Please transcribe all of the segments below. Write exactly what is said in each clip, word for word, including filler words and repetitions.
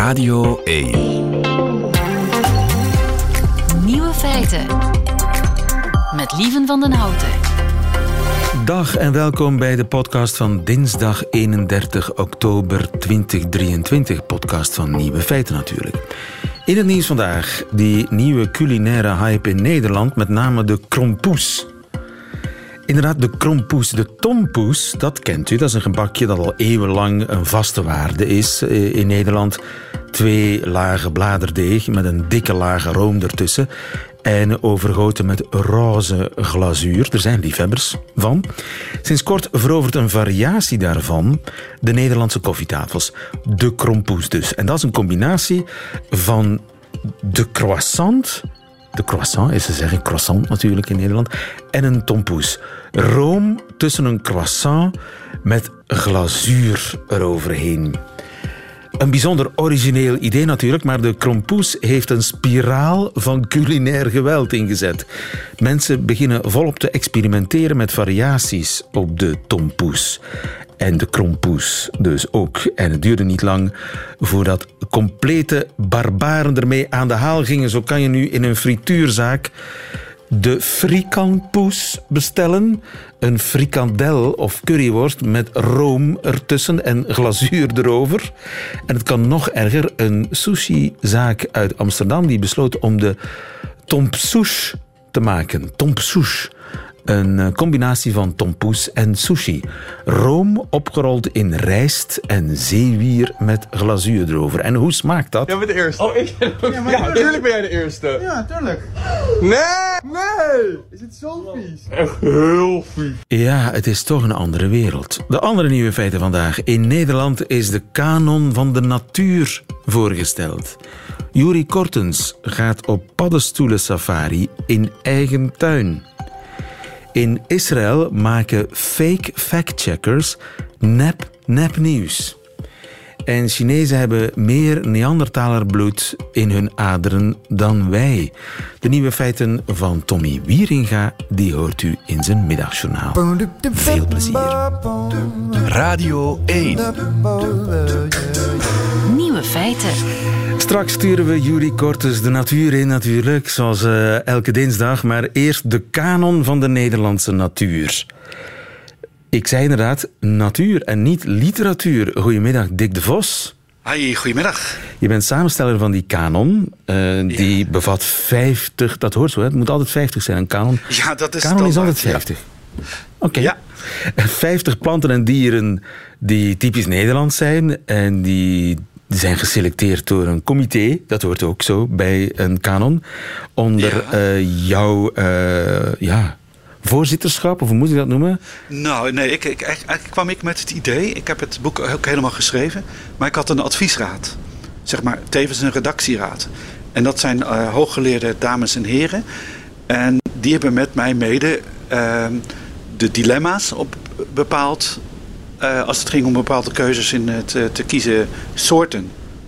Radio één. Nieuwe feiten. Met Lieven van den Houten. Dag en welkom bij de podcast van dinsdag eenendertig oktober tweeduizend drieëntwintig. Podcast van Nieuwe Feiten natuurlijk. In het nieuws vandaag die nieuwe culinaire hype in Nederland, met name de krompoes. Inderdaad, de krompoes, de tompoes, dat kent u. Dat is een gebakje dat al eeuwenlang een vaste waarde is in Nederland. Twee lagen bladerdeeg met een dikke laag room ertussen. En overgoten met roze glazuur. Er zijn liefhebbers van. Sinds kort verovert een variatie daarvan de Nederlandse koffietafels. De krompoes dus. En dat is een combinatie van de croissant. De croissant is te zeggen croissant natuurlijk in Nederland. En een tompoes. Room tussen een croissant met glazuur eroverheen. Een bijzonder origineel idee natuurlijk, maar de krompoes heeft een spiraal van culinair geweld ingezet. Mensen beginnen volop te experimenteren met variaties op de tompoes. En de krompoes dus ook. En het duurde niet lang voordat complete barbaren ermee aan de haal gingen. Zo kan je nu in een frituurzaak de frikanpoes bestellen. Een frikandel of curryworst met room ertussen en glazuur erover. En het kan nog erger. Een sushizaak uit Amsterdam die besloot om de tompsoes te maken. Tompsoes. Een combinatie van tompoes en sushi. Room opgerold in rijst en zeewier met glazuur erover. En hoe smaakt dat? Jij bent de eerste. Oh, ik? Ja, maar ja, natuurlijk ben jij de eerste. Ja, tuurlijk. Nee! Nee! Is het zo vies? Echt heel vies. Ja, het is toch een andere wereld. De andere nieuwe feiten vandaag. In Nederland is de kanon van de natuur voorgesteld. Juri Kortens gaat op paddenstoelen-safari in eigen tuin. In Israël maken fake fact-checkers nep nepnieuws. En Chinezen hebben meer Neandertalerbloed in hun aderen dan wij. De nieuwe feiten van Tommy Wieringa, die hoort u in zijn middagjournaal. Veel plezier. Radio één. Nieuwe feiten. Straks sturen we Juri Kortens de natuur in natuurlijk, zoals uh, elke dinsdag. Maar eerst de kanon van de Nederlandse natuur. Ik zei inderdaad natuur en niet literatuur. Goedemiddag, Dick de Vos. Hoi, goedemiddag. Je bent samensteller van die kanon. Uh, die ja. bevat vijftig, dat hoort zo, hè? Het moet altijd vijftig zijn, een kanon. Ja, dat is kanon is altijd vijftig. Ja. Oké. Okay. Ja. vijftig planten en dieren die typisch Nederlands zijn en die... Die zijn geselecteerd door een comité, dat hoort ook zo bij een kanon, onder ja. uh, jouw uh, ja, voorzitterschap, of hoe moet ik dat noemen? Nou, nee, ik, ik, eigenlijk kwam ik met het idee, ik heb het boek ook helemaal geschreven, maar ik had een adviesraad, zeg maar, tevens een redactieraad. En dat zijn uh, hooggeleerde dames en heren. En die hebben met mij mede uh, de dilemma's op bepaald... Uh, als het ging om bepaalde keuzes in het uh, te kiezen soorten.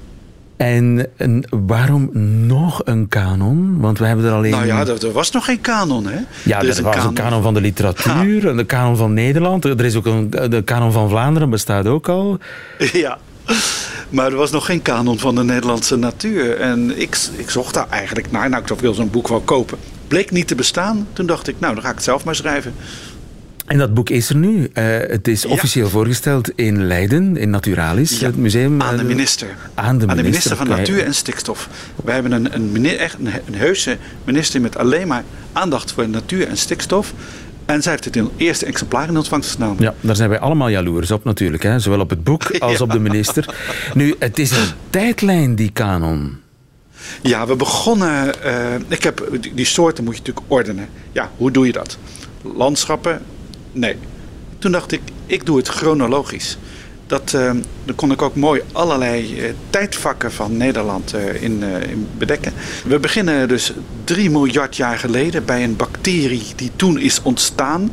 En, en waarom nog een kanon? Want we hebben er alleen... Nou ja, er, er was nog geen kanon, hè? Ja, er, er was kanon. een kanon van de literatuur, ja. De kanon van Nederland. Er is ook een, de kanon van Vlaanderen, bestaat ook al. Ja, maar er was nog geen kanon van de Nederlandse natuur. En ik, ik zocht daar eigenlijk naar. Nou, ik wil zo'n boek wel kopen. Bleek niet te bestaan. Toen dacht ik, nou, dan ga ik het zelf maar schrijven. En dat boek is er nu. Uh, het is officieel ja. voorgesteld in Leiden, in Naturalis, ja. het museum. Aan de minister. Aan de minister, aan de minister van Natuur en Stikstof. Wij hebben een, een, echt een, een heuse minister met alleen maar aandacht voor natuur en stikstof. En zij heeft het in het eerste exemplaar in ontvangst genomen. Ja, daar zijn wij allemaal jaloers op natuurlijk. Hè? Zowel op het boek als ja. op de minister. Nu, het is een tijdlijn, die kanon. Ja, we begonnen... Uh, ik heb, die, die soorten moet je natuurlijk ordenen. Ja, hoe doe je dat? Landschappen... Nee. Toen dacht ik, ik doe het chronologisch. Dat, uh, dan kon ik ook mooi allerlei uh, tijdvakken van Nederland uh, in, uh, in bedekken. We beginnen dus drie miljard jaar geleden bij een bacterie die toen is ontstaan,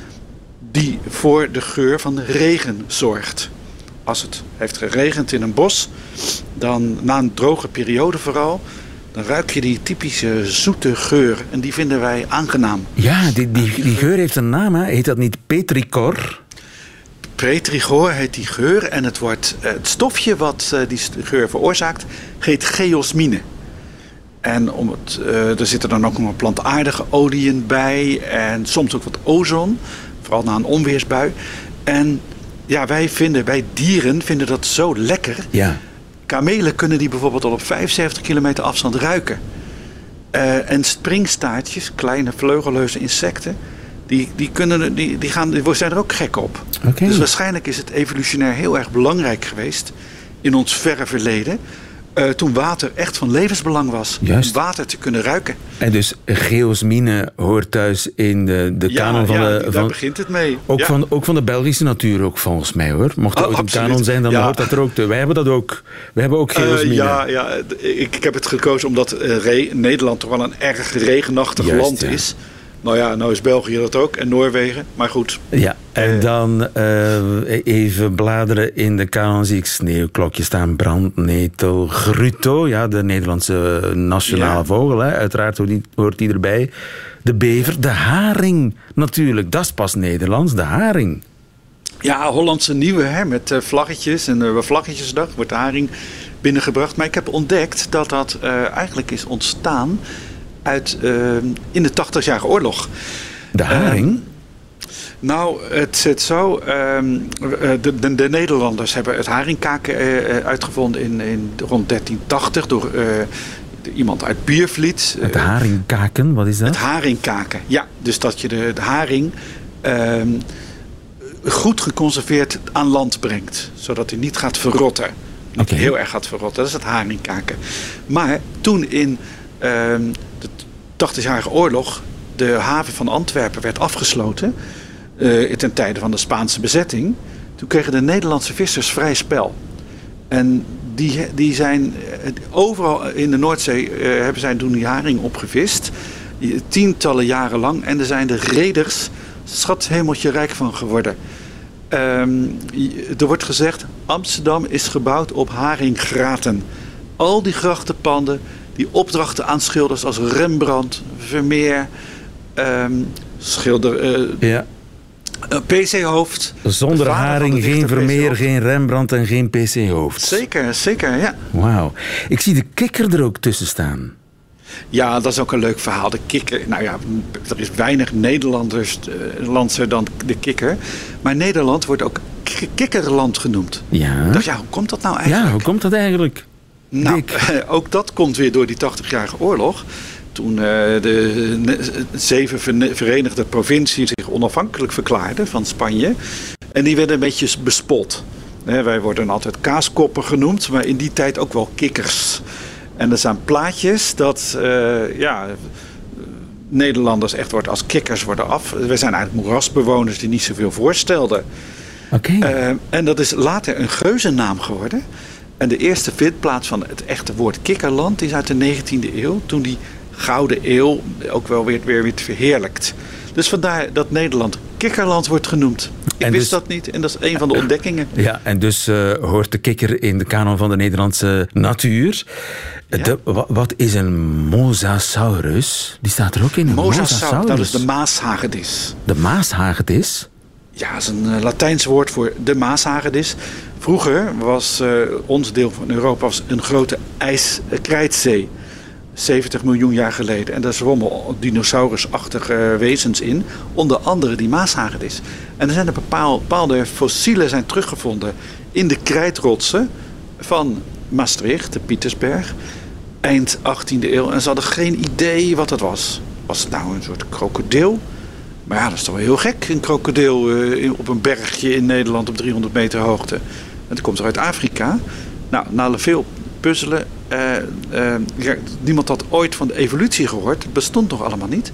die voor de geur van regen zorgt. Als het heeft geregend in een bos, dan na een droge periode vooral, dan ruik je die typische zoete geur. En die vinden wij aangenaam. Ja, die, die, die geur heeft een naam, hè? Heet dat niet petrichor? Pretrichor heet die geur. En het, wordt, uh, het stofje wat uh, die geur veroorzaakt, heet geosmine. En om het, uh, er zitten dan ook nog plantaardige oliën bij. En soms ook wat ozon. Vooral na een onweersbui. En ja, wij vinden, wij dieren vinden dat zo lekker. Ja. Kamelen kunnen die bijvoorbeeld al op vijfenzeventig kilometer afstand ruiken. Uh, en springstaartjes, kleine vleugelleuze insecten, die, die, kunnen, die, die, gaan, die zijn er ook gek op. Okay. Dus waarschijnlijk is het evolutionair heel erg belangrijk geweest in ons verre verleden. Uh, toen water echt van levensbelang was. Juist. Om water te kunnen ruiken. En dus geosmine hoort thuis in de, de ja, kanon van ja, de... daar van, begint het mee. Ook, ja. van, ook van de Belgische natuur, ook volgens mij hoor. Mocht er Oh, ooit een absoluut. kanon zijn, dan ja. hoort dat er ook te. Wij hebben dat ook. Wij hebben ook geosmine. Uh, ja, ja ik, ik heb het gekozen omdat uh, re- Nederland toch wel een erg regenachtig Juist, land ja. is. Nou ja, nou is België dat ook en Noorwegen. Maar goed. Ja, en dan uh, even bladeren in de kanon, zie ik sneeuwklokje staan, brandnetel, gruto, ja, de Nederlandse nationale ja. vogel, hè. Uiteraard hoort die, hoort die erbij. De bever, de haring natuurlijk, dat is pas Nederlands, de haring. Ja, Hollandse nieuwe, hè, met uh, vlaggetjes en uh, vlaggetjesdag wordt de haring binnengebracht. Maar ik heb ontdekt dat dat uh, eigenlijk is ontstaan uit uh, in de tachtigjarige oorlog. De haring? Uh, nou, het zit zo. Uh, de, de, de Nederlanders hebben het haringkaken uh, uitgevonden in, in rond dertien tachtig door uh, iemand uit Biervliet. Het haringkaken, wat is dat? Het haringkaken, ja. Dus dat je de, de haring uh, goed geconserveerd aan land brengt. Zodat hij niet gaat verrotten. Niet okay. heel erg gaat verrotten. Dat is het haringkaken. Maar toen in uh, de tachtigjarige oorlog de haven van Antwerpen werd afgesloten, uh, ten tijde van de Spaanse bezetting, toen kregen de Nederlandse vissers vrij spel. En die, die zijn overal in de Noordzee uh, hebben zij toen die haring opgevist. Tientallen jaren lang. En er zijn de reders schat hemeltje rijk van geworden. Um, er wordt gezegd, Amsterdam is gebouwd op haringgraten. Al die grachtenpanden, die opdrachten aan schilders als Rembrandt, Vermeer, um, schilder uh, ja. uh, P C Hoofd. Zonder haring geen Vermeer, geen Rembrandt en geen P C Hoofd. Zeker, zeker, ja. Wauw. Ik zie de kikker er ook tussen staan. Ja, dat is ook een leuk verhaal. De kikker, nou ja, er is weinig Nederlanders uh, landser dan de kikker. Maar Nederland wordt ook k- kikkerland genoemd. Ja. Ik dacht, ja, hoe komt dat nou eigenlijk? Ja, hoe komt dat eigenlijk? Nou, ook dat komt weer door die tachtigjarige oorlog. Toen uh, de ne- zeven ver- verenigde provinciën zich onafhankelijk verklaarden van Spanje. En die werden een beetje bespot. He, wij worden altijd kaaskoppen genoemd, maar in die tijd ook wel kikkers. En er zijn plaatjes dat uh, ja, Nederlanders echt wordt als kikkers worden af. We zijn eigenlijk moerasbewoners die niet zoveel voorstelden. Oké. Okay. Uh, en dat is later een geuzennaam geworden. En de eerste vindplaats van het echte woord kikkerland is uit de negentiende eeuw. Toen die Gouden Eeuw ook wel weer, weer werd verheerlijkt. Dus vandaar dat Nederland kikkerland wordt genoemd. Ik en wist dus, dat niet en dat is een van de ontdekkingen. Ja, en dus uh, hoort de kikker in de kanon van de Nederlandse natuur. Ja. De, wat is een mosasaurus? Die staat er ook in. Mosasaurus, mosasaurus. dat is de maashagedis. De maashagedis? Ja, dat is een uh, Latijns woord voor de maashagedis. Vroeger was uh, ons deel van Europa was een grote ijskrijtzee. zeventig miljoen jaar geleden. En daar zwommen dinosaurusachtige wezens in. Onder andere die maashagedis. En er zijn een bepaalde fossielen zijn teruggevonden in de krijtrotsen van Maastricht, de Pietersberg, eind achttiende eeuw. En ze hadden geen idee wat het was. Was het nou een soort krokodil? Maar ja, dat is toch wel heel gek, een krokodil uh, op een bergje in Nederland op driehonderd meter hoogte. En dat komt er uit Afrika. Nou, na veel puzzelen, uh, uh, ja, niemand had ooit van de evolutie gehoord. Het bestond nog allemaal niet.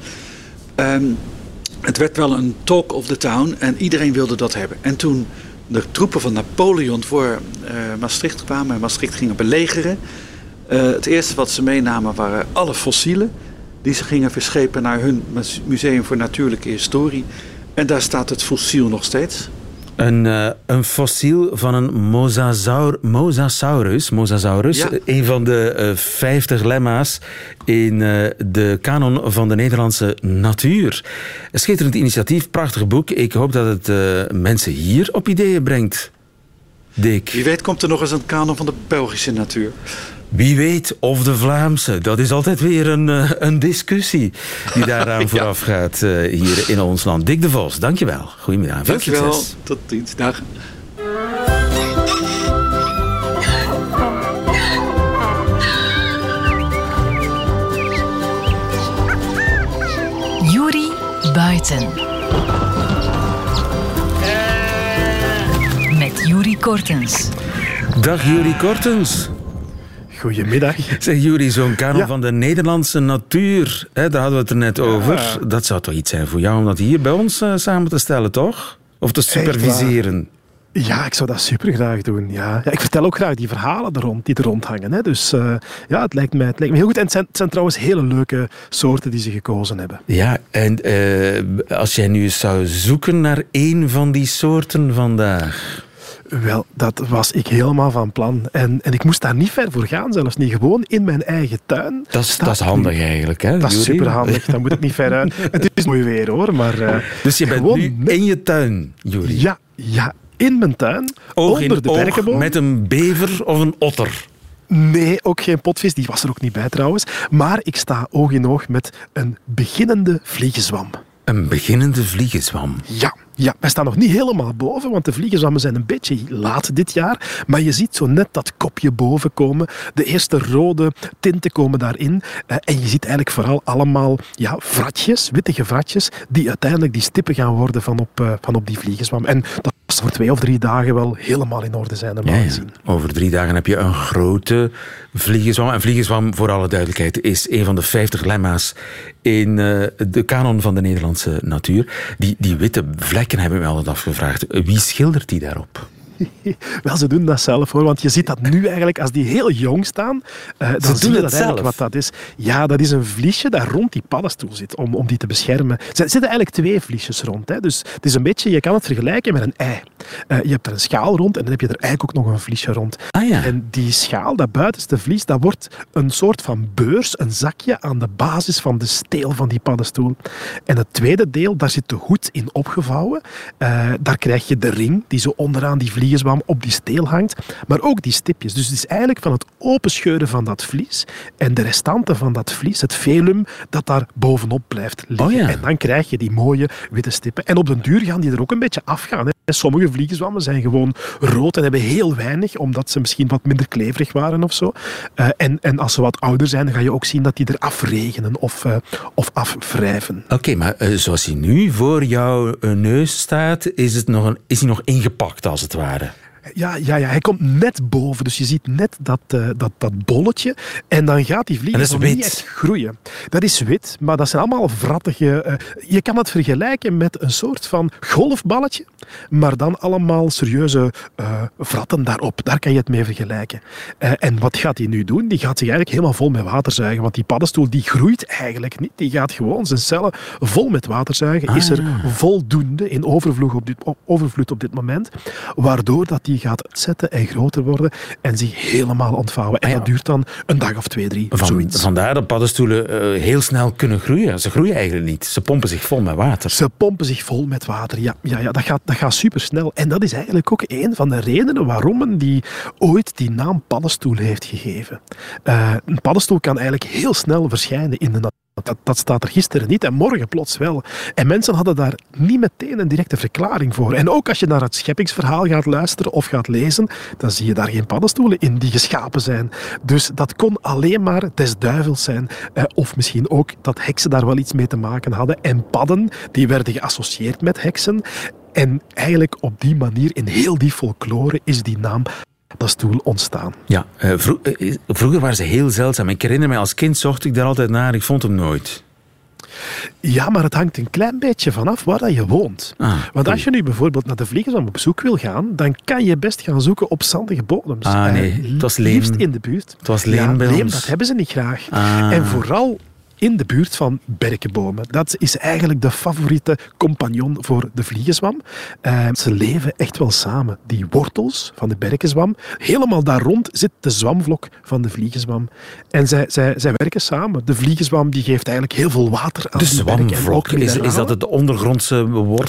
Um, het werd wel een talk of the town en iedereen wilde dat hebben. En toen de troepen van Napoleon voor uh, Maastricht kwamen en Maastricht gingen belegeren, Uh, het eerste wat ze meenamen waren alle fossielen die ze gingen verschepen naar hun Museum voor Natuurlijke Historie. En daar staat het fossiel nog steeds. Een, uh, een fossiel van een mosasaur, mosasaurus. Mosasaurus, Ja. een van de uh, vijftig lemma's in uh, de kanon van de Nederlandse natuur. Een schitterend initiatief, prachtig boek. Ik hoop dat het uh, mensen hier op ideeën brengt. Dick. Wie weet komt er nog eens een kanon van de Belgische natuur. Wie weet, of de Vlaamse. Dat is altijd weer een, uh, een discussie die daaraan Ja. vooraf gaat uh, hier in ons land. Dick de Vos, dankjewel. Goedemiddag. Veel Dankjewel. succes. Tot ziens. Dag. Yuri Buiten. Met Yuri Kortens. Dag Yuri Kortens. Goedemiddag. Zeg Yuri, zo'n kanon Ja. van de Nederlandse natuur, hè, daar hadden we het er net over. Dat zou toch iets zijn voor jou om dat hier bij ons uh, samen te stellen, toch? Of te superviseren. Ja, ik zou dat super graag doen. Ja. Ja, ik vertel ook graag die verhalen er rond, die er rond hangen. Hè. Dus uh, ja, het lijkt, mij, het lijkt me heel goed. En het zijn, het zijn trouwens hele leuke soorten die ze gekozen hebben. Ja, en uh, als jij nu eens zou zoeken naar één van die soorten vandaag. Wel, dat was ik helemaal van plan. En, en ik moest daar niet ver voor gaan, zelfs niet. Gewoon in mijn eigen tuin. Dat is, dat is handig eigenlijk, hè? Dat is Yuri? superhandig, daar moet ik niet ver uit. Het is mooi weer, hoor. Maar, uh, dus je bent gewoon nu net- in je tuin, Yuri? Ja, ja, in mijn tuin. Oog onder in de oog berkenboom. met een bever of een otter? Nee, ook geen potvis. Die was er ook niet bij trouwens. Maar ik sta oog in oog met een beginnende vliegenzwam. Een beginnende vliegenzwam. Ja, ja, wij staan nog niet helemaal boven, want de vliegenzwammen zijn een beetje laat dit jaar. Maar je ziet zo net dat kopje boven komen. De eerste rode tinten komen daarin. Uh, en je ziet eigenlijk vooral allemaal ja, vratjes, wittige vratjes, die uiteindelijk die stippen gaan worden van op, uh, van op die vliegenzwam. En dat zal voor twee of drie dagen wel helemaal in orde zijn, normaal Ja, ja. gezien. Over drie dagen heb je een grote vliegenzwam. En vliegenzwam, voor alle duidelijkheid, is een van de vijftig lemma's in uh, de kanon van de Nederlandse natuur. Die, die witte vlekken hebben we altijd afgevraagd. Wie schildert die daarop? Wel, ze doen dat zelf hoor, want je ziet dat nu eigenlijk, als die heel jong staan, uh, dan doen zie je het dat eigenlijk zelf? wat dat is. Ja, dat is een vliesje dat rond die paddenstoel zit, om, om die te beschermen. Er zitten eigenlijk twee vliesjes rond. Hè. Dus het is een beetje, je kan het vergelijken met een ei. Uh, je hebt er een schaal rond en dan heb je er eigenlijk ook nog een vliesje rond. Ah ja. En die schaal, dat buitenste vlies, dat wordt een soort van beurs, een zakje aan de basis van de steel van die paddenstoel. En het tweede deel, daar zit de hoed in opgevouwen. Uh, daar krijg je de ring, die zo onderaan die vliegenzwam op die steel hangt. Maar ook die stipjes. Dus het is eigenlijk van het openscheuren van dat vlies en de restanten van dat vlies, het velum, dat daar bovenop blijft liggen. Oh ja. En dan krijg je die mooie witte stippen. En op den duur gaan die er ook een beetje afgaan. Hè. Sommige vliegenzwammen zijn gewoon rood en hebben heel weinig, omdat ze misschien wat minder kleverig waren of zo. Uh, en, en als ze wat ouder zijn, dan ga je ook zien dat die er afregenen of, uh, of afwrijven. Oké, okay, maar uh, zoals hij nu voor jouw uh, neus staat, is, het nog een, is hij nog ingepakt als het ware? Ja, ja, ja, hij komt net boven. Dus je ziet net dat, uh, dat, dat bolletje. En dan gaat die vliegenzwam niet echt groeien. Dat is wit, maar dat zijn allemaal vrattige... Uh, je kan het vergelijken met een soort van golfballetje, maar dan allemaal serieuze uh, vratten daarop. Daar kan je het mee vergelijken. Uh, en wat gaat hij nu doen? Die gaat zich eigenlijk helemaal vol met water zuigen. Want die paddenstoel die groeit eigenlijk niet. Die gaat gewoon zijn cellen vol met water zuigen. Ah. Is er voldoende in overvloed op dit, overvloed op dit moment, waardoor dat die gaat uitzetten en groter worden en zich helemaal ontvouwen. En Ah, ja. dat duurt dan een dag of twee, drie. Van, zoiets. vandaar dat paddenstoelen uh, heel snel kunnen groeien. Ze groeien eigenlijk niet. Ze pompen zich vol met water. Ze pompen zich vol met water. Ja, ja, ja dat, gaat, dat gaat supersnel. En dat is eigenlijk ook een van de redenen waarom men die ooit die naam paddenstoel heeft gegeven. Uh, een paddenstoel kan eigenlijk heel snel verschijnen in de natuur. Dat, dat staat er gisteren niet en morgen plots wel. En mensen hadden daar niet meteen een directe verklaring voor. En ook als je naar het scheppingsverhaal gaat luisteren of gaat lezen, dan zie je daar geen paddenstoelen in die geschapen zijn. Dus dat kon alleen maar des duivels zijn. Eh, of misschien ook dat heksen daar wel iets mee te maken hadden. En padden, die werden geassocieerd met heksen. En eigenlijk op die manier, in heel die folklore, is die naam paddenstoel ontstaan. Ja, uh, vro- uh, vroeger waren ze heel zeldzaam. Ik herinner me, als kind zocht ik daar altijd naar. Ik vond hem nooit. Ja, maar het hangt een klein beetje vanaf waar dat je woont. Ah, Want als oei. je nu bijvoorbeeld naar de vliegenzwam op zoek wil gaan, dan kan je best gaan zoeken op zandige bodems. Ah, nee, Eh, het was leem. liefst in de buurt. Het was leem ja, bij leem, ons. dat hebben ze niet graag. Ah. En vooral in de buurt van berkenbomen. Dat is eigenlijk de favoriete compagnon voor de vliegenzwam. Uh, ze leven echt wel samen. Die wortels van de berkenzwam, helemaal daar rond zit de zwamvlok van de vliegenzwam. En zij, zij, zij werken samen. De vliegenzwam die geeft eigenlijk heel veel water aan de die berken. De zwamvlok, is, is dat het ondergrondse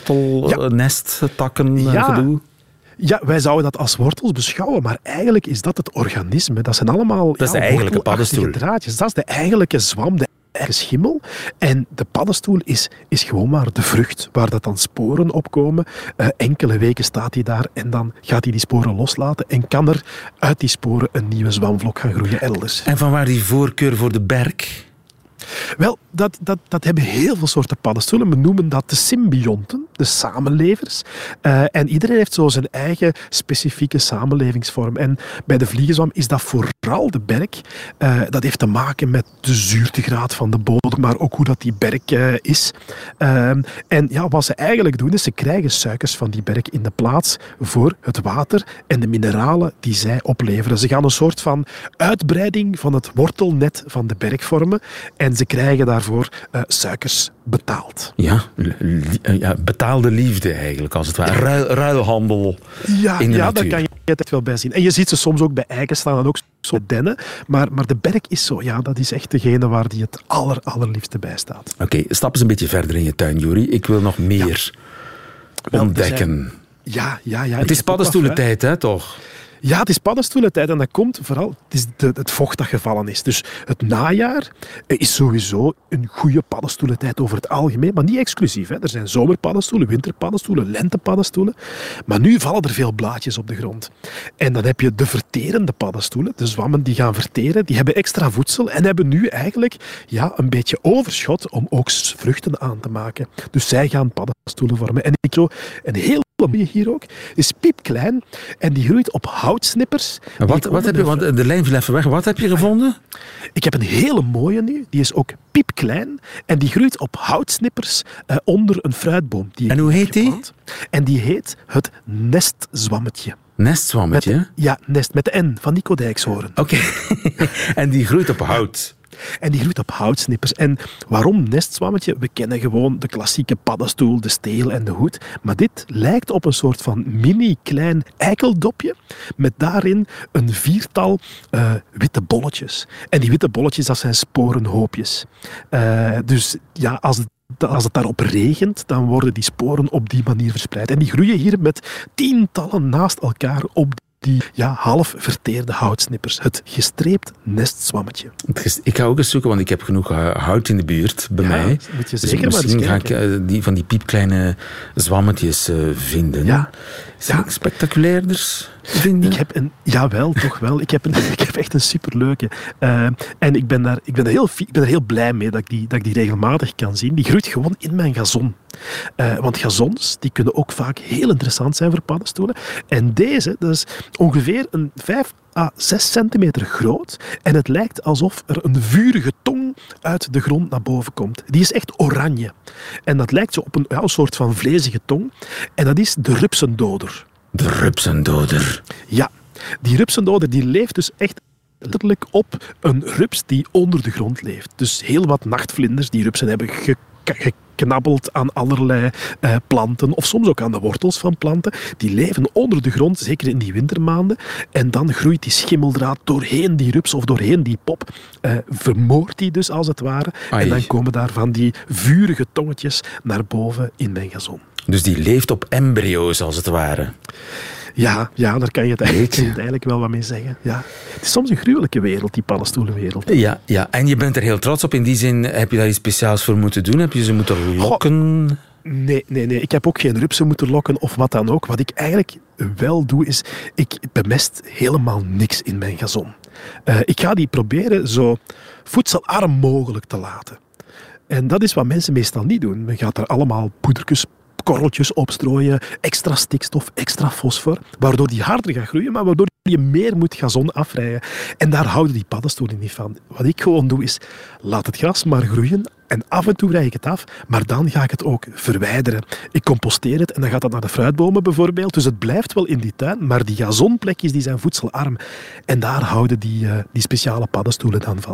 wortelnesttakken ja. gedoe? Ja, wij zouden dat als wortels beschouwen, maar eigenlijk is dat het organisme. Dat zijn allemaal dat is ja, de eigenlijke paddenstoel. Draadjes. Dat is de eigenlijke zwam, de eigen schimmel. En de paddenstoel is, is gewoon maar de vrucht waar dat dan sporen opkomen. Uh, enkele weken staat hij daar en dan gaat hij die sporen loslaten en kan er uit die sporen een nieuwe zwamvlok gaan groeien elders. En vanwaar die voorkeur voor de berk? Wel, dat, dat, dat hebben heel veel soorten paddenstoelen. We noemen dat de symbionten, de samenlevers. Uh, en iedereen heeft zo zijn eigen specifieke samenlevingsvorm. En bij de vliegenzwam is dat vooral de berk. Uh, dat heeft te maken met de zuurtegraad van de bodem, maar ook hoe dat die berk uh, is. Uh, en ja, wat ze eigenlijk doen, is ze krijgen suikers van die berk in de plaats voor het water en de mineralen die zij opleveren. Ze gaan een soort van uitbreiding van het wortelnet van de berk vormen. En ze krijgen daarvoor uh, suikers betaald. Ja, li- ja, betaalde liefde eigenlijk, als het ware. Ruil, ruilhandel ja, in de ja, natuur. daar kan je het echt wel bij zien. En je ziet ze soms ook bij eiken staan en ook zo dennen. Maar, maar de berk is zo, ja, dat is echt degene waar die het aller, allerliefste bij staat. Oké, okay, stap eens een beetje verder in je tuin, Juri. Ik wil nog meer ja. ontdekken. Zijn, ja, ja, ja. Het is paddenstoelentijd, hè, toch? Ja, het is paddenstoelentijd en dat komt vooral, het is de, het vocht dat gevallen is. Dus het najaar is sowieso een goede paddenstoelentijd over het algemeen, maar niet exclusief. Hè. Er zijn zomerpaddenstoelen, winterpaddenstoelen, lentepaddenstoelen. Maar nu vallen er veel blaadjes op de grond. En dan heb je de verterende paddenstoelen, de zwammen die gaan verteren, die hebben extra voedsel en hebben nu eigenlijk ja, een beetje overschot om ook vruchten aan te maken. Dus zij gaan paddenstoelen vormen. En ik zo een heel hier ook, is piepklein en die groeit op houtsnippers. Wat, wat heb je, want de lijn viel even weg. Wat heb je gevonden? Ik heb een hele mooie nu, die is ook piepklein en die groeit op houtsnippers uh, onder een fruitboom. Die en hoe heet die? En die heet het nestzwammetje. Nestzwammetje? Met, ja, nest met de N van Nico Dijkshoorn. Oké. Okay. En die groeit op hout? En die groeit op houtsnippers. En waarom nestzwammetje? We kennen gewoon de klassieke paddenstoel, de steel en de hoed. Maar dit lijkt op een soort van mini-klein eikeldopje met daarin een viertal uh, witte bolletjes. En die witte bolletjes, dat zijn sporenhoopjes. Uh, dus ja, als het Als het daarop regent, dan worden die sporen op die manier verspreid. En die groeien hier met tientallen naast elkaar op die ja, half verteerde houtsnippers. Het gestreept nestzwammetje. Ik ga ook eens zoeken, want ik heb genoeg hout in de buurt bij ja, mij. Moet je dus zeker misschien maar ga ik uh, die, van die piepkleine zwammetjes uh, vinden. Ja. Zijn ja. spectaculairder vinden? Ik heb een, jawel, toch wel. Ik heb, een, ik heb echt een superleuke. Uh, en ik ben, daar, ik, ben er heel, ik ben er heel blij mee dat ik, die, dat ik die regelmatig kan zien. Die groeit gewoon in mijn gazon. Uh, want gazons die kunnen ook vaak heel interessant zijn voor paddenstoelen. En deze, dat is ongeveer een vijf à zes centimeter groot. En het lijkt alsof er een vurige tong uit de grond naar boven komt. Die is echt oranje. En dat lijkt zo op een, ja, een soort van vlezige tong. En dat is de rupsendoder. De rupsendoder? Ja, die rupsendoder die leeft dus echt letterlijk op een rups die onder de grond leeft. Dus heel wat nachtvlinders die rupsen hebben ge- ge- geknabbeld aan allerlei uh, planten, of soms ook aan de wortels van planten. Die leven onder de grond, zeker in die wintermaanden. En dan groeit die schimmeldraad doorheen die rups of doorheen die pop. Uh, vermoordt die dus, als het ware. Ai. En dan komen daar van die vurige tongetjes naar boven in mijn gazon. Dus die leeft op embryo's, als het ware. Ja, ja, daar kan je het eigenlijk, kan je het eigenlijk wel wat mee zeggen. Ja. Het is soms een gruwelijke wereld, die paddenstoelenwereld. Ja, ja, en je bent er heel trots op. In die zin, heb je daar iets speciaals voor moeten doen? Heb je ze moeten lokken? Goh. Nee, nee, nee. Ik heb ook geen rupsen moeten lokken of wat dan ook. Wat ik eigenlijk wel doe, is ik bemest helemaal niks in mijn gazon. Uh, ik ga die proberen zo voedselarm mogelijk te laten. En dat is wat mensen meestal niet doen. Men gaat er allemaal poedertjes, korreltjes opstrooien, extra stikstof, extra fosfor, waardoor die harder gaat groeien, maar waardoor je meer moet gazon afrijden. En daar houden die paddenstoelen niet van. Wat ik gewoon doe, is laat het gras maar groeien en af en toe rij ik het af, maar dan ga ik het ook verwijderen. Ik composteer het en dan gaat dat naar de fruitbomen bijvoorbeeld, dus het blijft wel in die tuin, maar die gazonplekjes die zijn voedselarm. En daar houden die, uh, die speciale paddenstoelen dan van.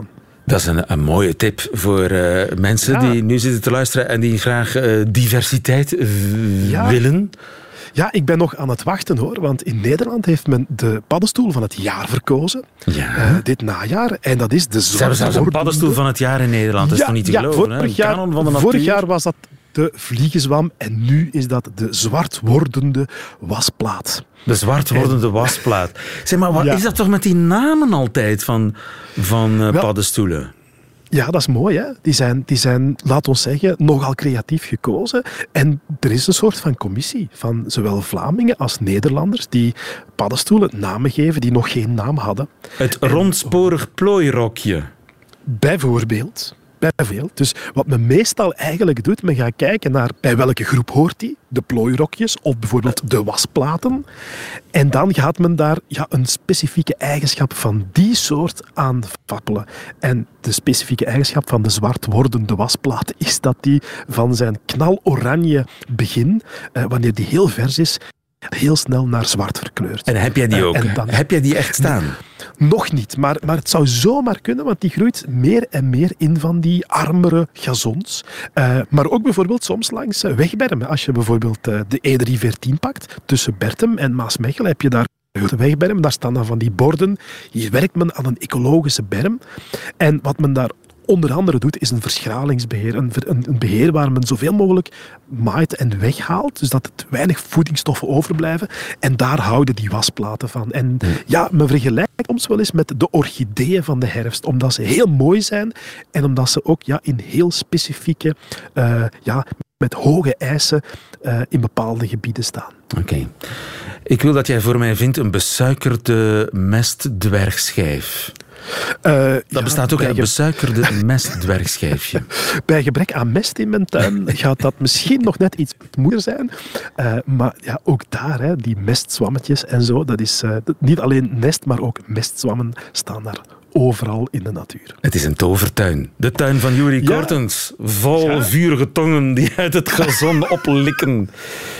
Dat is een, een mooie tip voor uh, mensen ja. die nu zitten te luisteren en die graag uh, diversiteit v- ja. willen. Ja, ik ben nog aan het wachten hoor, want in Nederland heeft men de paddenstoel van het jaar verkozen. Ja. Uh, dit najaar. En dat is de Ze hebben zelfs een paddenstoel van het jaar in Nederland. Dat is ja, toch niet te ja, geloven? Vorig, hè? jaar, Kanon van de natuur. vorig jaar was dat de vliegenzwam en nu is dat de zwart wordende wasplaat. De zwart wordende wasplaat. Zeg maar, wat ja. is dat toch met die namen altijd van, van uh, Wel, paddenstoelen? Ja, dat is mooi. Hè? Die zijn, die zijn, laat ons zeggen, nogal creatief gekozen. En er is een soort van commissie van zowel Vlamingen als Nederlanders die paddenstoelen namen geven die nog geen naam hadden. Het rondsporig plooirokje. Bijvoorbeeld. Bijvoorbeeld. Dus wat men meestal eigenlijk doet, men gaat kijken naar bij welke groep hoort die, de plooirokjes of bijvoorbeeld de wasplaten. En dan gaat men daar ja, een specifieke eigenschap van die soort aan fappelen. En de specifieke eigenschap van de zwart wordende wasplaat is dat die van zijn knaloranje begin, eh, wanneer die heel vers is, heel snel naar zwart verkleurt. En heb jij die ook? Uh, dan... Heb jij die echt staan? Nog niet, maar, maar het zou zomaar kunnen, want die groeit meer en meer in van die armere gazons. Uh, maar ook bijvoorbeeld soms langs uh, wegbermen. Als je bijvoorbeeld uh, de E drie veertien pakt, tussen Bertem en Maasmechelen heb je daar de wegberm. Daar staan dan van die borden. Hier werkt men aan een ecologische berm. En wat men daar onder andere doet, is een verschralingsbeheer. Een, een, een beheer waar men zoveel mogelijk maait en weghaalt, dus dat er weinig voedingsstoffen overblijven. En daar houden die wasplaten van. En ja, men vergelijkt soms wel eens met de orchideeën van de herfst, omdat ze heel mooi zijn en omdat ze ook ja, in heel specifieke, uh, ja, met hoge eisen uh, in bepaalde gebieden staan. Oké. Okay. Ik wil dat jij voor mij vindt een besuikerde mestdwergschijf. Uh, dat ja, bestaat ook uit een ge... besuikerde mestdwergschijfje. Bij gebrek aan mest in mijn tuin gaat dat misschien nog net iets moeilijker zijn. Uh, maar ja, ook daar, hè, die mestzwammetjes en zo, dat is uh, niet alleen nest, maar ook mestzwammen staan daar overal in de natuur. Het is een tovertuin. De tuin van Juri ja. Kortens. Vol ja. vurige tongen die uit het gazon oplikken.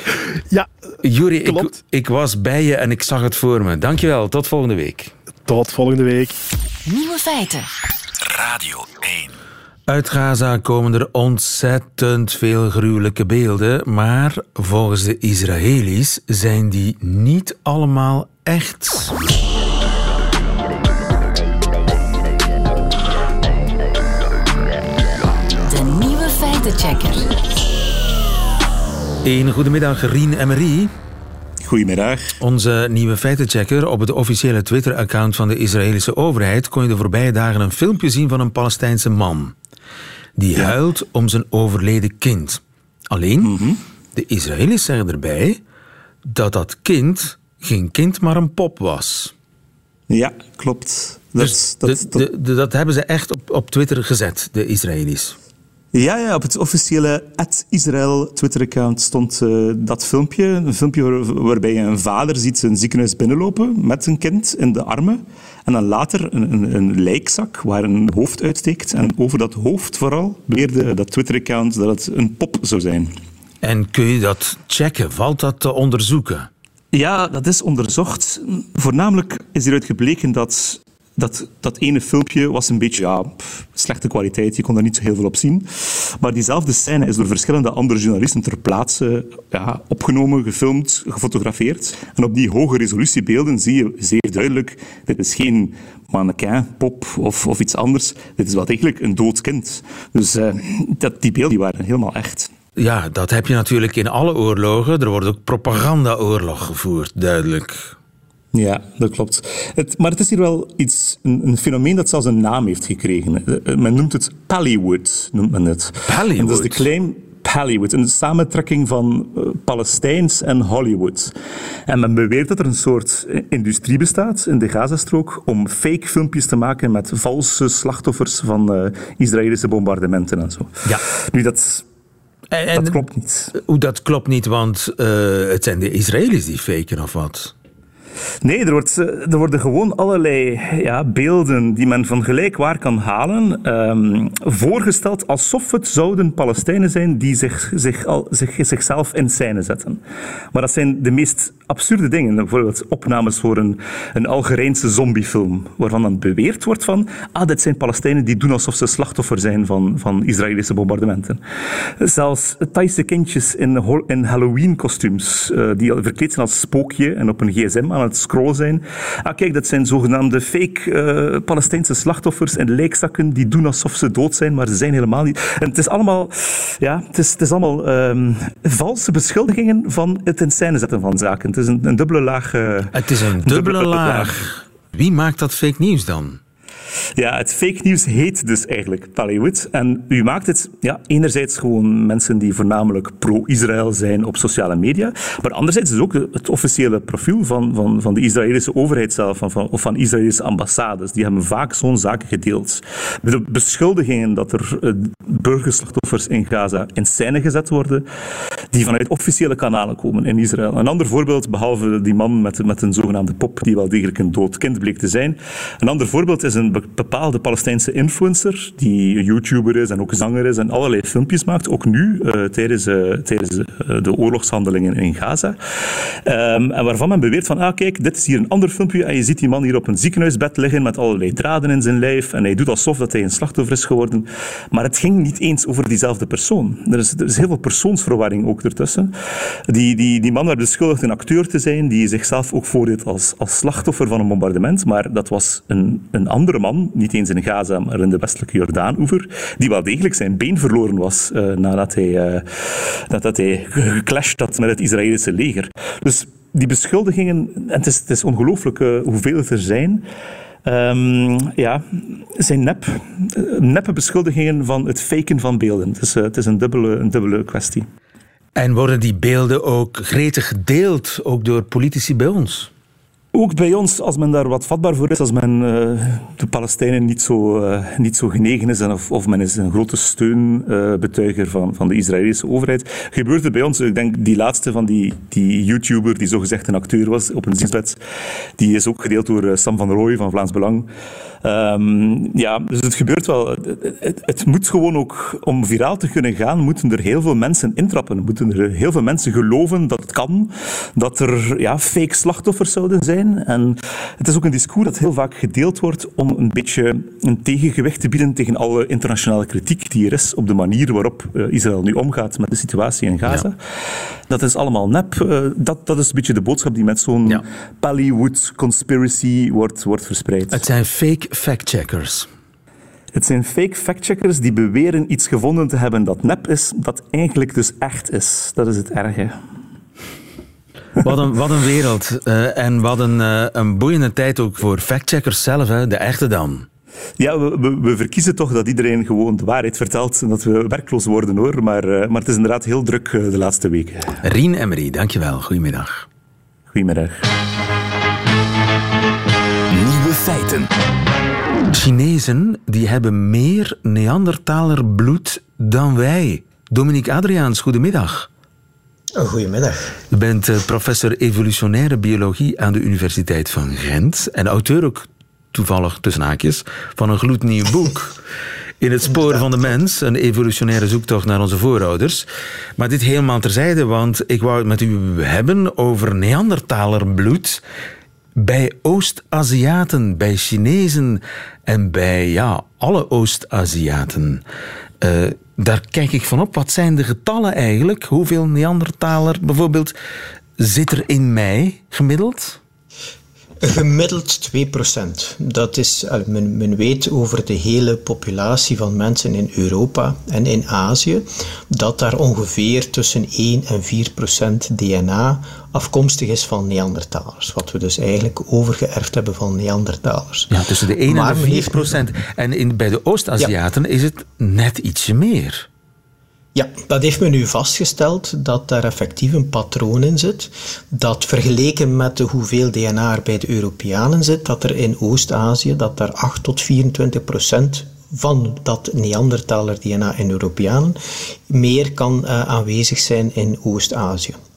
Ja, Juri, ik, ik was bij je en ik zag het voor me. Dankjewel, tot volgende week. Tot volgende week. Nieuwe feiten. Radio één. Uit Gaza komen er ontzettend veel gruwelijke beelden, maar volgens de Israëli's zijn die niet allemaal echt. De nieuwe feitenchecker. Een goedemiddag, Rien en Marie. Goedemiddag. Onze nieuwe feitenchecker. Op het officiële Twitter-account van de Israëlische overheid kon je de voorbije dagen een filmpje zien van een Palestijnse man. Die ja. huilt om zijn overleden kind. Alleen, mm-hmm. de Israëli's zeggen erbij dat dat kind geen kind, maar een pop was. Ja, klopt. Dat, dus dat, de, dat... De, de, dat hebben ze echt op, op Twitter gezet, de Israëli's. Ja, ja, op het officiële at Israël Twitter-account stond uh, dat filmpje. Een filmpje waar, waarbij je een vader ziet een ziekenhuis binnenlopen met een kind in de armen. En dan later een, een, een lijkzak waar een hoofd uitsteekt. En over dat hoofd vooral beweerde dat Twitter-account dat het een pop zou zijn. En kun je dat checken? Valt dat te onderzoeken? Ja, dat is onderzocht. Voornamelijk is hieruit gebleken dat... Dat, dat ene filmpje was een beetje ja, slechte kwaliteit, je kon daar niet zo heel veel op zien. Maar diezelfde scène is door verschillende andere journalisten ter plaatse ja, opgenomen, gefilmd, gefotografeerd. En op die hoge resolutiebeelden zie je zeer duidelijk, dit is geen mannequin, pop of, of iets anders. Dit is wel degelijk een dood kind. Dus uh, dat, die beelden die waren helemaal echt. Ja, dat heb je natuurlijk in alle oorlogen. Er wordt ook propagandaoorlog gevoerd, duidelijk. Ja, dat klopt. Het, maar het is hier wel iets, een, een fenomeen dat zelfs een naam heeft gekregen. Uh, men noemt het Pallywood, noemt men het. Pallywood? En dat is de claim Pallywood, een samentrekking van uh, Palestijns en Hollywood. En men beweert dat er een soort industrie bestaat in de Gazastrook om fake filmpjes te maken met valse slachtoffers van uh, Israëlische bombardementen en zo. Ja. Nu, dat... En, en, dat klopt niet. Hoe dat klopt niet, want uh, het zijn de Israëli's die faken of wat? Nee, er, wordt, er worden gewoon allerlei ja, beelden die men van gelijk waar kan halen, um, voorgesteld alsof het zouden Palestijnen zijn die zich, zich al, zich, zichzelf in scène zetten. Maar dat zijn de meest absurde dingen. Bijvoorbeeld opnames voor een, een Algerijnse zombiefilm, waarvan dan beweerd wordt van, ah, dit zijn Palestijnen die doen alsof ze slachtoffer zijn van, van Israëlische bombardementen. Zelfs Thaise kindjes in, in Halloween-kostuums, uh, die verkleed zijn als spookje en op een gsm aan het scrollen zijn. Ah, kijk, dat zijn zogenaamde fake uh, Palestijnse slachtoffers in lijkzakken die doen alsof ze dood zijn, maar ze zijn helemaal niet. En het is allemaal, ja, het is, het is allemaal um, valse beschuldigingen van het in scène zetten van zaken. Het is een, een dubbele laag. Uh, het is een dubbele, dubbele laag. laag. Wie maakt dat fake nieuws dan? Ja, het fake nieuws heet dus eigenlijk Pallywood. En u maakt het ja, enerzijds gewoon mensen die voornamelijk pro-Israël zijn op sociale media, maar anderzijds is ook het officiële profiel van, van, van de Israëlische overheid zelf, van, van, of van Israëlische ambassades. Die hebben vaak zo'n zaken gedeeld. Met de beschuldigingen dat er uh, burgerslachtoffers in Gaza in scène gezet worden, die vanuit officiële kanalen komen in Israël. Een ander voorbeeld, behalve die man met, met een zogenaamde pop, die wel degelijk een dood kind bleek te zijn. Een ander voorbeeld is een bepaalde Palestijnse influencer, die YouTuber is en ook zanger is en allerlei filmpjes maakt, ook nu, uh, tijdens, uh, tijdens uh, de oorlogshandelingen in Gaza. Um, en waarvan men beweert van, ah kijk, dit is hier een ander filmpje en je ziet die man hier op een ziekenhuisbed liggen met allerlei draden in zijn lijf en hij doet alsof dat hij een slachtoffer is geworden. Maar het ging niet eens over diezelfde persoon. Er is, er is heel veel persoonsverwarring ook ertussen. Die, die, die man werd beschuldigd een acteur te zijn, die zichzelf ook voordeed als, als slachtoffer van een bombardement, maar dat was een, een andere man, niet eens in Gaza, maar in de westelijke Jordaan-oever, die wel degelijk zijn been verloren was uh, nadat hij, uh, nadat hij geclashed had met het Israëlische leger. Dus die beschuldigingen, en het is, het is ongelooflijk uh, hoeveel het er zijn, um, ja, zijn nep, neppe beschuldigingen van het faken van beelden. Dus, uh, het is een dubbele, een dubbele kwestie. En worden die beelden ook gretig gedeeld, ook door politici bij ons? Ook bij ons, als men daar wat vatbaar voor is, als men uh, de Palestijnen niet zo, uh, niet zo genegen is en of, of men is een grote steunbetuiger uh, van, van de Israëlische overheid, gebeurt het bij ons. Ik denk die laatste van die, die YouTuber die zogezegd een acteur was op een ziekenbed, die is ook gedeeld door uh, Sam van Rooij van Vlaams Belang. Um, ja, dus het gebeurt wel. Het, het, het moet gewoon ook, om viraal te kunnen gaan, moeten er heel veel mensen intrappen. Moeten er heel veel mensen geloven dat het kan, dat er ja, fake slachtoffers zouden zijn. En het is ook een discours dat heel vaak gedeeld wordt om een beetje een tegengewicht te bieden tegen alle internationale kritiek die er is op de manier waarop uh, Israël nu omgaat met de situatie in Gaza. Ja. Dat is allemaal nep. Uh, dat, dat is een beetje de boodschap die met zo'n ja. Pallywood conspiracy wordt, wordt verspreid. Het zijn fake fact-checkers. Het zijn fake fact-checkers die beweren iets gevonden te hebben dat nep is, dat eigenlijk dus echt is. Dat is het erge. Wat een, wat een wereld. Uh, en wat een, uh, een boeiende tijd ook voor factcheckers zelf, hè? De echte dan. Ja, we, we, we verkiezen toch dat iedereen gewoon de waarheid vertelt en dat we werkloos worden, hoor. Maar, uh, maar het is inderdaad heel druk uh, de laatste weken. Rien Emery, dankjewel. Goedemiddag. Goedemiddag. Nieuwe feiten. Chinezen die hebben meer Neandertaler bloed dan wij. Dominique Adriaans, goedemiddag. Goedemiddag. U bent professor evolutionaire biologie aan de Universiteit van Gent en auteur ook toevallig tussen haakjes van een gloednieuw boek In het spoor van de mens, een evolutionaire zoektocht naar onze voorouders. Maar dit helemaal terzijde, want ik wou het met u hebben over Neandertaler-bloed bij Oost-Aziaten, bij Chinezen en bij ja, alle Oost-Aziaten. Uh, daar kijk ik van op. Wat zijn de getallen eigenlijk? Hoeveel Neandertaler bijvoorbeeld zit er in mij gemiddeld? Gemiddeld twee procent. Dat is, men, men weet over de hele populatie van mensen in Europa en in Azië dat daar ongeveer tussen één en vier procent D N A afkomstig is van Neandertalers. Wat we dus eigenlijk overgeërfd hebben van Neandertalers. Ja, tussen de één en de vier procent. En in, bij de Oost-Aziaten ja. is het net ietsje meer. Ja, dat heeft men nu vastgesteld, dat daar effectief een patroon in zit. Dat vergeleken met de hoeveel D N A er bij de Europeanen zit, dat er in Oost-Azië, dat daar acht tot vierentwintig procent van dat Neandertaler D N A in Europeanen meer kan uh, aanwezig zijn in Oost-Azië.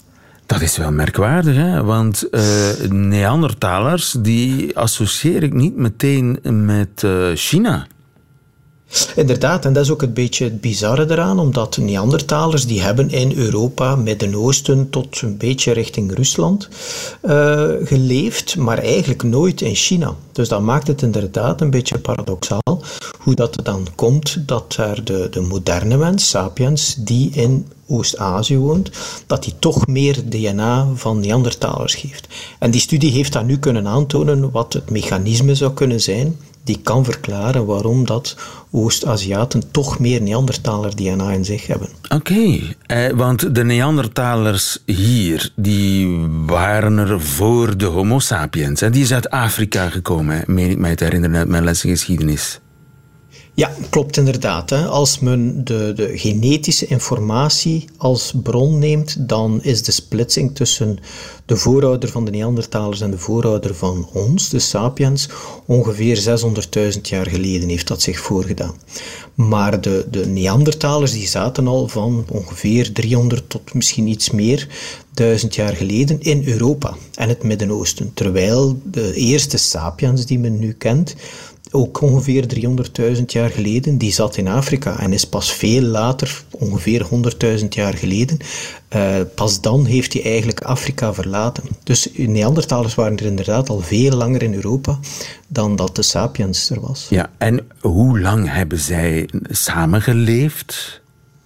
Dat is wel merkwaardig, hè? Want uh, Neandertalers, die associeer ik niet meteen met uh, China. Inderdaad, en dat is ook een beetje het bizarre eraan, omdat Neandertalers die hebben in Europa, Midden-Oosten tot een beetje richting Rusland uh, geleefd, maar eigenlijk nooit in China. Dus dat maakt het inderdaad een beetje paradoxaal hoe dat er dan komt dat daar de, de moderne mens, sapiens, die in Oost-Azië woont, dat die toch meer D N A van Neandertalers geeft. En die studie heeft dat nu kunnen aantonen wat het mechanisme zou kunnen zijn die kan verklaren waarom dat Oost-Aziaten toch meer Neandertaler D N A in zich hebben. Oké, okay, eh, want de Neandertalers hier, die waren er voor de Homo sapiens. Hè? Die is uit Afrika gekomen, meen ik mij te herinneren uit mijn lessengeschiedenis. Ja, klopt inderdaad. Hè. Als men de, de genetische informatie als bron neemt, dan is de splitsing tussen de voorouder van de Neandertalers en de voorouder van ons, de sapiens, ongeveer zeshonderdduizend jaar geleden heeft dat zich voorgedaan. Maar de, de Neandertalers die zaten al van ongeveer driehonderd tot misschien iets meer duizend jaar geleden in Europa en het Midden-Oosten. Terwijl de eerste sapiens die men nu kent, ook ongeveer driehonderdduizend jaar geleden, die zat in Afrika en is pas veel later, ongeveer honderdduizend jaar geleden, uh, pas dan heeft hij eigenlijk Afrika verlaten. Dus Neandertalers waren er inderdaad al veel langer in Europa dan dat de sapiens er was. Ja, en hoe lang hebben zij samengeleefd?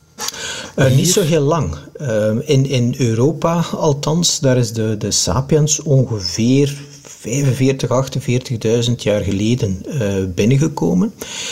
Uh, niet zo heel lang. Uh, in, in Europa althans, daar is de, de sapiens ongeveer vijfenveertig, achtenveertigduizend jaar geleden uh, binnengekomen.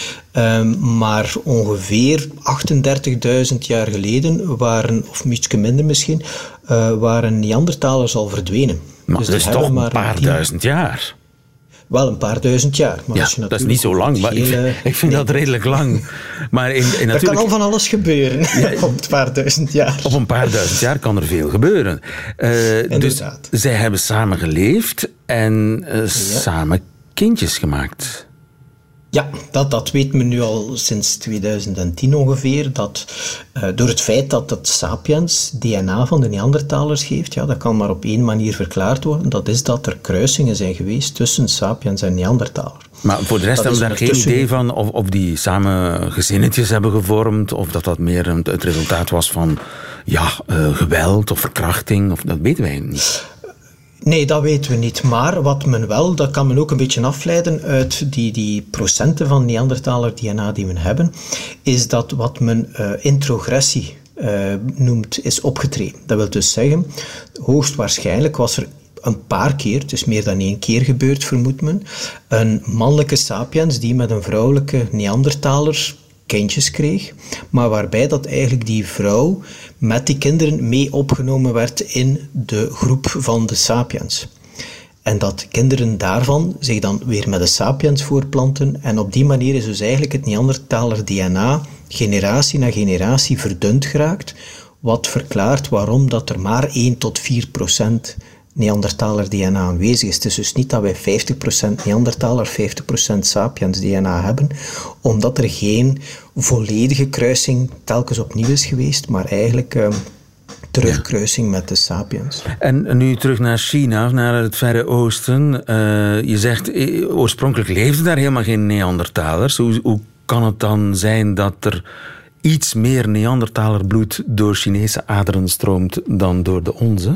Um, maar ongeveer achtendertigduizend jaar geleden waren, of iets minder misschien, uh, waren Neandertalers al verdwenen. Maar dus dat is toch een paar tien... duizend jaar? Wel een paar duizend jaar. Maar ja, als je dat is niet zo lang, maar hele... ik vind, ik vind nee. dat redelijk lang. Maar in, in natuurlijk... Er kan al van alles gebeuren ja, op een paar duizend jaar. Op een paar duizend jaar kan er veel gebeuren. Uh, dus zij hebben samen geleefd en uh, ja. samen kindjes gemaakt. Ja, dat, dat weet men nu al sinds tweeduizend tien ongeveer. Dat, uh, door het feit dat het sapiens D N A van de Neandertalers geeft, ja, dat kan maar op één manier verklaard worden. Dat is dat er kruisingen zijn geweest tussen sapiens en Neandertaler. Maar voor de rest dat hebben we daar geen tussen... idee van of, of die samen gezinnetjes hebben gevormd, of dat dat meer het resultaat was van ja, uh, geweld of verkrachting, of dat weten wij niet. Nee, dat weten we niet. Maar wat men wel, dat kan men ook een beetje afleiden uit die, die procenten van Neandertaler D N A die we hebben, is dat wat men uh, introgressie uh, noemt, is opgetreden. Dat wil dus zeggen, hoogstwaarschijnlijk was er een paar keer, het is meer dan één keer gebeurd, vermoedt men, een mannelijke sapiens die met een vrouwelijke Neandertaler kindjes kreeg, maar waarbij dat eigenlijk die vrouw met die kinderen mee opgenomen werd in de groep van de sapiens. En dat kinderen daarvan zich dan weer met de sapiens voorplanten en op die manier is dus eigenlijk het Neandertaler D N A generatie na generatie verdund geraakt, wat verklaart waarom dat er maar één tot vier procent Neandertaler D N A aanwezig is. Het is dus niet dat wij vijftig procent Neandertaler, vijftig procent sapiens D N A hebben, omdat er geen volledige kruising telkens opnieuw is geweest, maar eigenlijk uh, terugkruising ja. met de sapiens. En nu terug naar China, naar het Verre Oosten. Uh, je zegt, oorspronkelijk leefden daar helemaal geen Neandertalers. Hoe, hoe kan het dan zijn dat er iets meer Neandertaler bloed door Chinese aderen stroomt dan door de onze?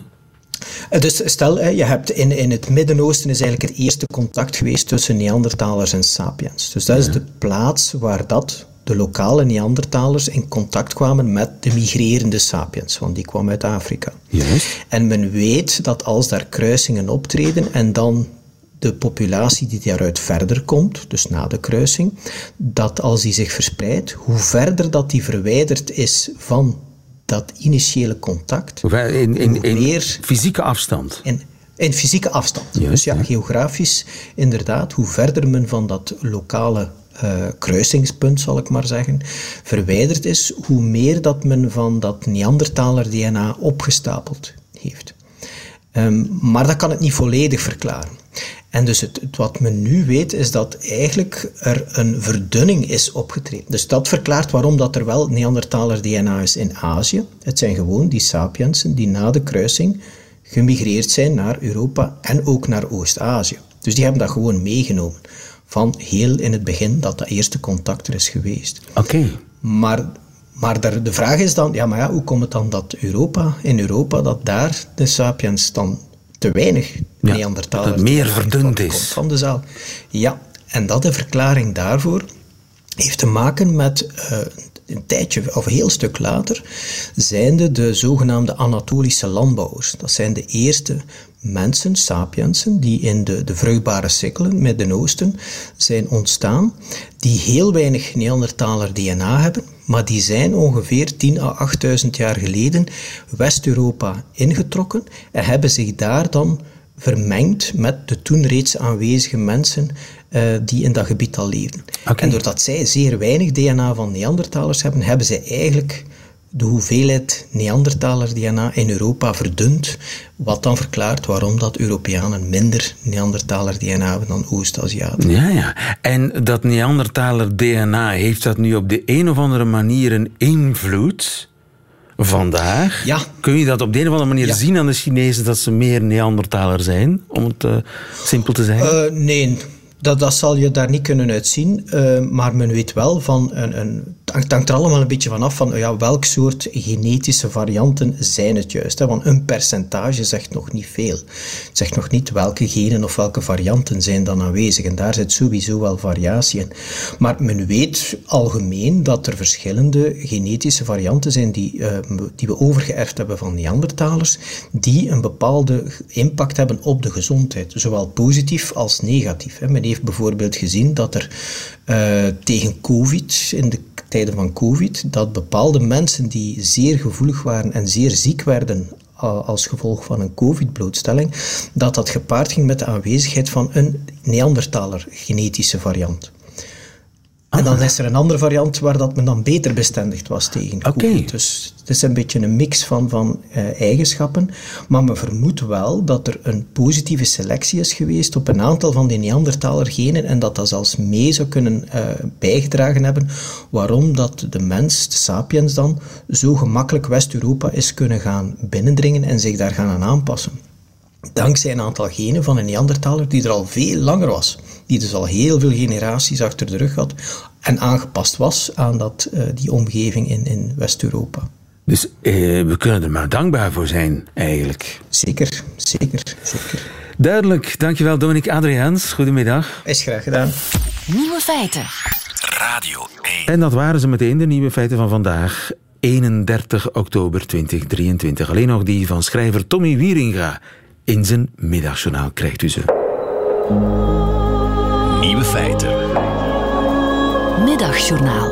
Dus stel, je hebt in, in het Midden-Oosten is eigenlijk het eerste contact geweest tussen Neandertalers en sapiens. Dus dat is de plaats waar dat, de lokale Neandertalers in contact kwamen met de migrerende sapiens, want die kwam uit Afrika. Juist. En men weet dat als daar kruisingen optreden en dan de populatie die daaruit verder komt, dus na de kruising, dat als die zich verspreidt, hoe verder dat die verwijderd is van dat initiële contact, in, in, in meer, fysieke afstand. In, in fysieke afstand. Juist, dus ja, ja, geografisch inderdaad, hoe verder men van dat lokale uh, kruisingspunt, zal ik maar zeggen, verwijderd is, hoe meer dat men van dat Neandertaler D N A opgestapeld heeft. Um, maar dat kan het niet volledig verklaren. En dus het, het, wat men nu weet, is dat eigenlijk er een verdunning is opgetreden. Dus dat verklaart waarom dat er wel Neandertaler D N A is in Azië. Het zijn gewoon die sapiensen die na de kruising gemigreerd zijn naar Europa en ook naar Oost-Azië. Dus die hebben dat gewoon meegenomen. Van heel in het begin dat dat eerste contact er is geweest. Oké. Okay. Maar, maar daar, de vraag is dan, ja, maar ja, hoe komt het dan dat Europa, in Europa, dat daar de sapiens dan te weinig ja, Neandertalers... dat het meer verdund is. Van de zaal. Ja, en dat de verklaring daarvoor heeft te maken met... Uh, een tijdje, of een heel stuk later, zijnde de zogenaamde Anatolische landbouwers. Dat zijn de eerste mensen, sapiensen, die in de, de vruchtbare sikkelen, Midden-Oosten, zijn ontstaan, die heel weinig Neandertaler D N A hebben, maar die zijn ongeveer tien à achtduizend jaar geleden West-Europa ingetrokken en hebben zich daar dan vermengd met de toen reeds aanwezige mensen uh, die in dat gebied al leefden. Okay. En doordat zij zeer weinig D N A van Neandertalers hebben, hebben zij eigenlijk de hoeveelheid Neandertaler D N A in Europa verdund, wat dan verklaart waarom dat Europeanen minder Neandertaler D N A hebben dan Oost-Aziaten. Ja, ja. En dat Neandertaler D N A, heeft dat nu op de een of andere manier een invloed... Vandaag? Ja. Kun je dat op de een of andere manier ja. zien aan de Chinezen dat ze meer Neandertaler zijn, om het uh, simpel te zeggen? Uh, nee, dat, dat zal je daar niet kunnen uitzien. Uh, maar men weet wel van, een, een, het hangt er allemaal een beetje van af van ja, welk soort genetische varianten zijn het juist. Hè? Want een percentage zegt nog niet veel. Het zegt nog niet welke genen of welke varianten zijn dan aanwezig. En daar zit sowieso wel variatie in. Maar men weet algemeen dat er verschillende genetische varianten zijn die, uh, die we overgeërfd hebben van Neandertalers, die een bepaalde impact hebben op de gezondheid. Zowel positief als negatief. Hè? Men heeft bijvoorbeeld gezien dat er uh, tegen COVID, in de tijden van COVID, dat bepaalde mensen die zeer gevoelig waren en zeer ziek werden als gevolg van een COVID-blootstelling, dat dat gepaard ging met de aanwezigheid van een Neandertaler genetische variant. En dan is er een andere variant waar dat men dan beter bestendigd was tegen COVID. Okay. Dus het is een beetje een mix van, van uh, eigenschappen. Maar men vermoedt wel dat er een positieve selectie is geweest op een aantal van die Neandertaler genen en dat dat zelfs mee zou kunnen uh, bijgedragen hebben waarom dat de mens, de sapiens dan, zo gemakkelijk West-Europa is kunnen gaan binnendringen en zich daar gaan aan aanpassen. Dankzij een aantal genen van een Neandertaler die er al veel langer was. Die dus al heel veel generaties achter de rug had en aangepast was aan dat, uh, die omgeving in, in West-Europa. Dus eh, we kunnen er maar dankbaar voor zijn, eigenlijk. Zeker, zeker, zeker. Duidelijk. Dankjewel, Dominique Adriaens. Goedemiddag. Is graag gedaan. Nieuwe feiten. Radio één. En dat waren ze meteen, de nieuwe feiten van vandaag. eenendertig oktober tweeduizend drieëntwintig. Alleen nog die van schrijver Tommy Wieringa. In zijn middagjournaal krijgt u ze. Nieuwe feiten. Middagjournaal.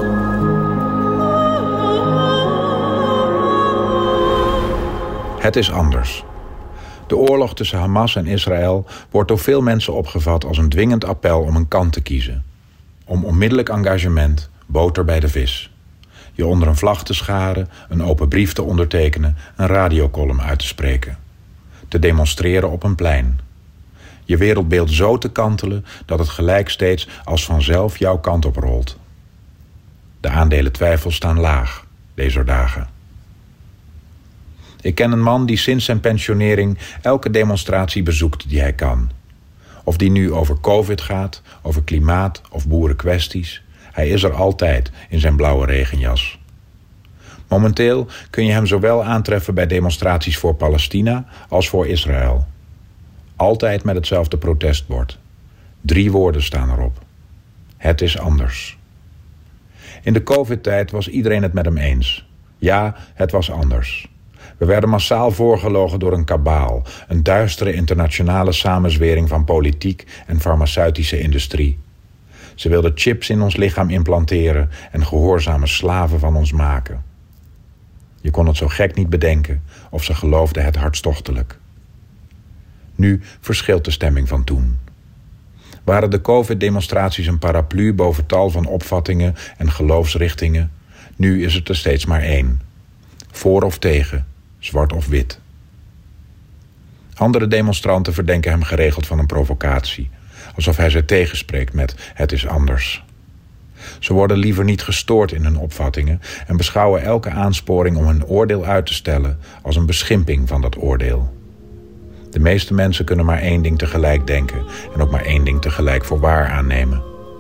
Het is anders. De oorlog tussen Hamas en Israël wordt door veel mensen opgevat als een dwingend appel om een kant te kiezen. Om onmiddellijk engagement, boter bij de vis. Je onder een vlag te scharen, een open brief te ondertekenen, een radiocolumn uit te spreken. Te demonstreren op een plein. Je wereldbeeld zo te kantelen dat het gelijk steeds als vanzelf jouw kant op rolt. De aandelen twijfel staan laag, deze dagen. Ik ken een man die sinds zijn pensionering elke demonstratie bezoekt die hij kan. Of die nu over COVID gaat, over klimaat of boerenkwesties. Hij is er altijd in zijn blauwe regenjas. Momenteel kun je hem zowel aantreffen bij demonstraties voor Palestina als voor Israël. Altijd met hetzelfde protestbord. Drie woorden staan erop. Het is anders. In de COVID-tijd was iedereen het met hem eens. Ja, het was anders. We werden massaal voorgelogen door een kabaal, een duistere internationale samenzwering van politiek en farmaceutische industrie. Ze wilden chips in ons lichaam implanteren en gehoorzame slaven van ons maken. Je kon het zo gek niet bedenken of ze geloofden het hartstochtelijk. Nu verschilt de stemming van toen. Waren de COVID-demonstraties een paraplu boven tal van opvattingen en geloofsrichtingen? Nu is het er steeds maar één. Voor of tegen, zwart of wit. Andere demonstranten verdenken hem geregeld van een provocatie, alsof hij ze tegenspreekt met het is anders. Ze worden liever niet gestoord in hun opvattingen en beschouwen elke aansporing om hun oordeel uit te stellen als een beschimping van dat oordeel. De meeste mensen kunnen maar één ding tegelijk denken en ook maar één ding tegelijk voor waar aannemen.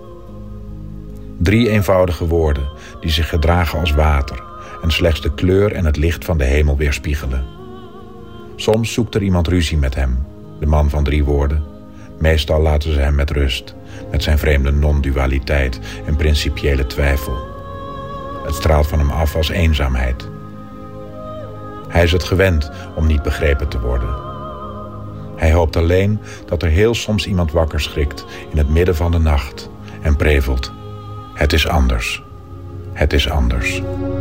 Drie eenvoudige woorden die zich gedragen als water en slechts de kleur en het licht van de hemel weerspiegelen. Soms zoekt er iemand ruzie met hem, de man van drie woorden. Meestal laten ze hem met rust, met zijn vreemde non-dualiteit en principiële twijfel. Het straalt van hem af als eenzaamheid. Hij is het gewend om niet begrepen te worden. Hij hoopt alleen dat er heel soms iemand wakker schrikt in het midden van de nacht en prevelt: het is anders. Het is anders.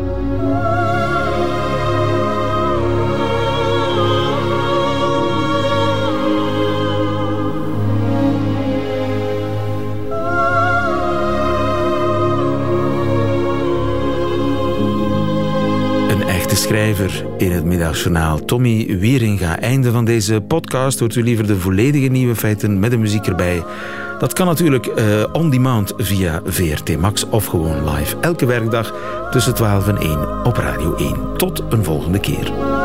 Schrijver in het Middagjournaal, Tommy Wieringa. Einde van deze podcast. Hoort u liever de volledige Nieuwe Feiten met de muziek erbij? Dat kan natuurlijk uh, on demand via V R T Max of gewoon live elke werkdag tussen twaalf en één op Radio één. Tot een volgende keer.